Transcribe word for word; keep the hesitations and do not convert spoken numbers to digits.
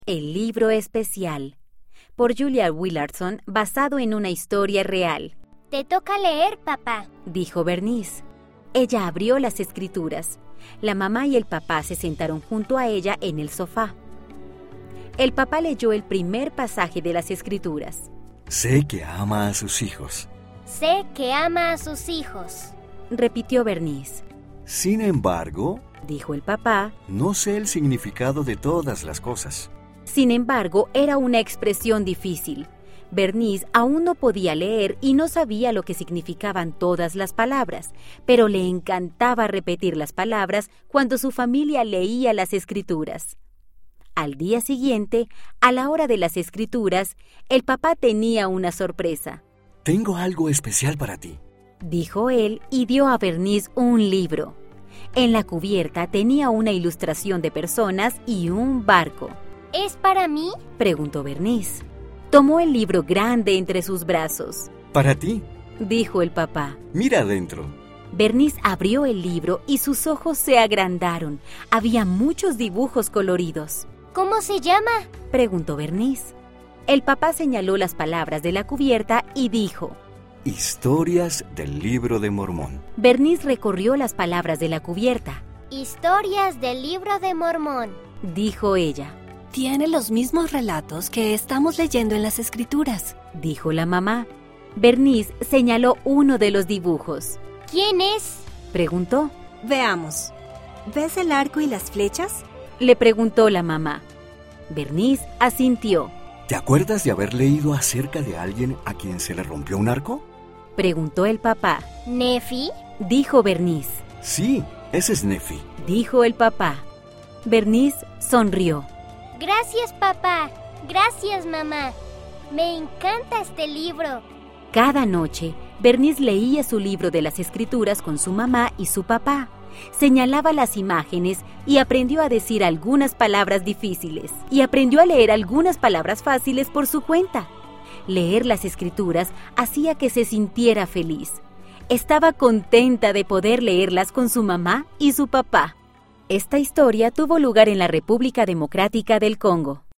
El libro especial, por Julia Willardson, basado en una historia real. Te toca leer, papá, dijo Bernice. Ella abrió las escrituras. La mamá y el papá se sentaron junto a ella en el sofá. El papá leyó el primer pasaje de las escrituras. Sé que ama a sus hijos. Sé que ama a sus hijos, repitió Bernice. Sin embargo, dijo el papá, no sé el significado de todas las cosas. Sin embargo, era una expresión difícil. Bernice aún no podía leer y no sabía lo que significaban todas las palabras, pero le encantaba repetir las palabras cuando su familia leía las escrituras. Al día siguiente, a la hora de las escrituras, el papá tenía una sorpresa. Tengo algo especial para ti, dijo él y dio a Bernice un libro. En la cubierta tenía una ilustración de personas y un barco. ¿Es para mí?, preguntó Bernice. Tomó el libro grande entre sus brazos. Para ti, dijo el papá. Mira adentro. Bernice abrió el libro y sus ojos se agrandaron. Había muchos dibujos coloridos. ¿Cómo se llama?, preguntó Bernice. El papá señaló las palabras de la cubierta y dijo: Historias del Libro de Mormón. Bernice recorrió las palabras de la cubierta. Historias del Libro de Mormón, dijo ella. Tiene los mismos relatos que estamos leyendo en las escrituras, dijo la mamá. Bernice señaló uno de los dibujos. ¿Quién es?, preguntó. Veamos. ¿Ves el arco y las flechas?, le preguntó la mamá. Bernice asintió. ¿Te acuerdas de haber leído acerca de alguien a quien se le rompió un arco?, preguntó el papá. ¿Nefi?, dijo Bernice. Sí, ese es Nefi, dijo el papá. Bernice sonrió. Gracias, papá. Gracias, mamá. Me encanta este libro. Cada noche, Bernice leía su libro de las escrituras con su mamá y su papá. Señalaba las imágenes y aprendió a decir algunas palabras difíciles. Y aprendió a leer algunas palabras fáciles por su cuenta. Leer las escrituras hacía que se sintiera feliz. Estaba contenta de poder leerlas con su mamá y su papá. Esta historia tuvo lugar en la República Democrática del Congo.